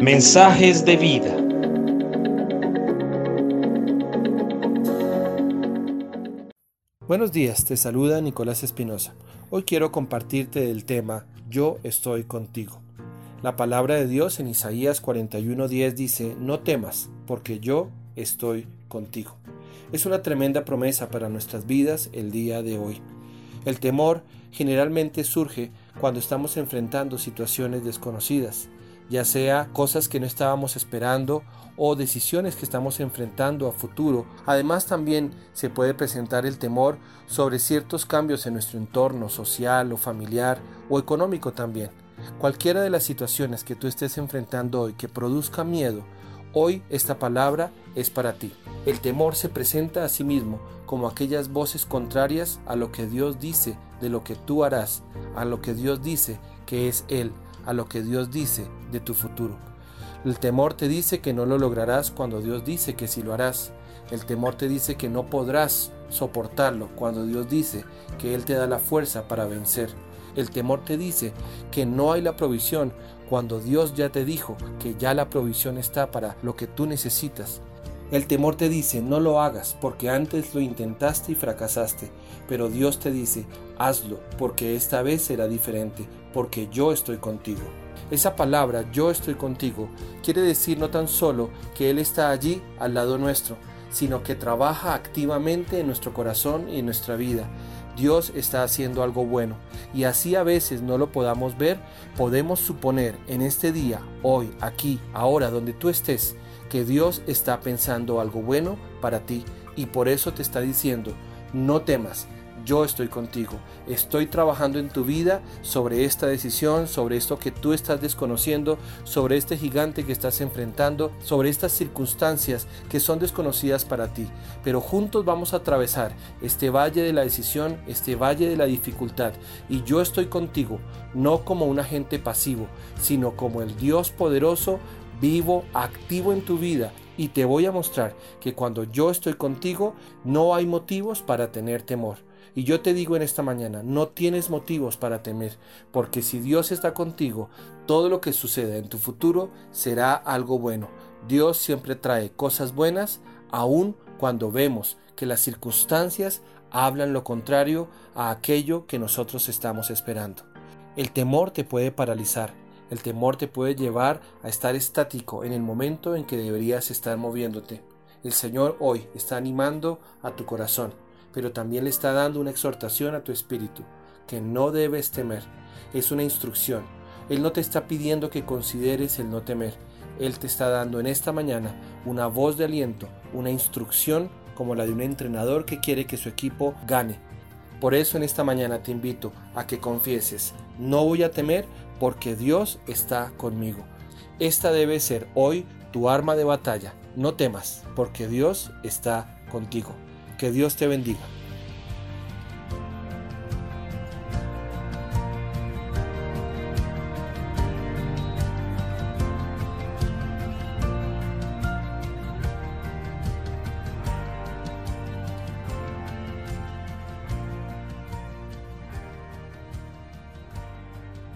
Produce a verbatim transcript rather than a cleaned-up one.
Mensajes de vida. Buenos días, te saluda Nicolás Espinosa. Hoy quiero compartirte el tema Yo estoy contigo. La palabra de Dios en Isaías cuarenta y uno diez dice: no temas, porque yo estoy contigo. Es una tremenda promesa para nuestras vidas el día de hoy. El temor generalmente surge cuando estamos enfrentando situaciones desconocidas, ya sea cosas que no estábamos esperando o decisiones que estamos enfrentando a futuro. Además, también se puede presentar el temor sobre ciertos cambios en nuestro entorno social o familiar o económico también. Cualquiera de las situaciones que tú estés enfrentando hoy que produzca miedo, hoy esta palabra es para ti. El temor se presenta a sí mismo como aquellas voces contrarias a lo que Dios dice de lo que tú harás, a lo que Dios dice que es Él, a lo que Dios dice de tu futuro. El temor te dice que no lo lograrás cuando Dios dice que sí lo harás. El temor te dice que no podrás soportarlo cuando Dios dice que Él te da la fuerza para vencer. El temor te dice que no hay la provisión cuando Dios ya te dijo que ya la provisión está para lo que tú necesitas. El temor te dice no lo hagas porque antes lo intentaste y fracasaste, pero Dios te dice hazlo porque esta vez será diferente, porque yo estoy contigo. Esa palabra yo estoy contigo quiere decir no tan solo que Él está allí al lado nuestro, sino que trabaja activamente en nuestro corazón y en nuestra vida. Dios está haciendo algo bueno y así a veces no lo podamos ver, podemos suponer en este día, hoy, aquí, ahora, donde tú estés, que Dios está pensando algo bueno para ti y por eso te está diciendo, no temas, yo estoy contigo, estoy trabajando en tu vida sobre esta decisión, sobre esto que tú estás desconociendo, sobre este gigante que estás enfrentando, sobre estas circunstancias que son desconocidas para ti, pero juntos vamos a atravesar este valle de la decisión, este valle de la dificultad y yo estoy contigo, no como un agente pasivo, sino como el Dios poderoso, vivo, activo en tu vida y te voy a mostrar que cuando yo estoy contigo no hay motivos para tener temor. Y yo te digo en esta mañana, no tienes motivos para temer, porque si Dios está contigo, todo lo que suceda en tu futuro será algo bueno. Dios siempre trae cosas buenas, aun cuando vemos que las circunstancias hablan lo contrario a aquello que nosotros estamos esperando. El temor te puede paralizar. El temor te puede llevar a estar estático en el momento en que deberías estar moviéndote. El Señor hoy está animando a tu corazón, pero también le está dando una exhortación a tu espíritu, que no debes temer. Es una instrucción. Él no te está pidiendo que consideres el no temer. Él te está dando en esta mañana una voz de aliento, una instrucción como la de un entrenador que quiere que su equipo gane. Por eso en esta mañana te invito a que confieses, no voy a temer porque Dios está conmigo. Esta debe ser hoy tu arma de batalla. No temas porque Dios está contigo. Que Dios te bendiga.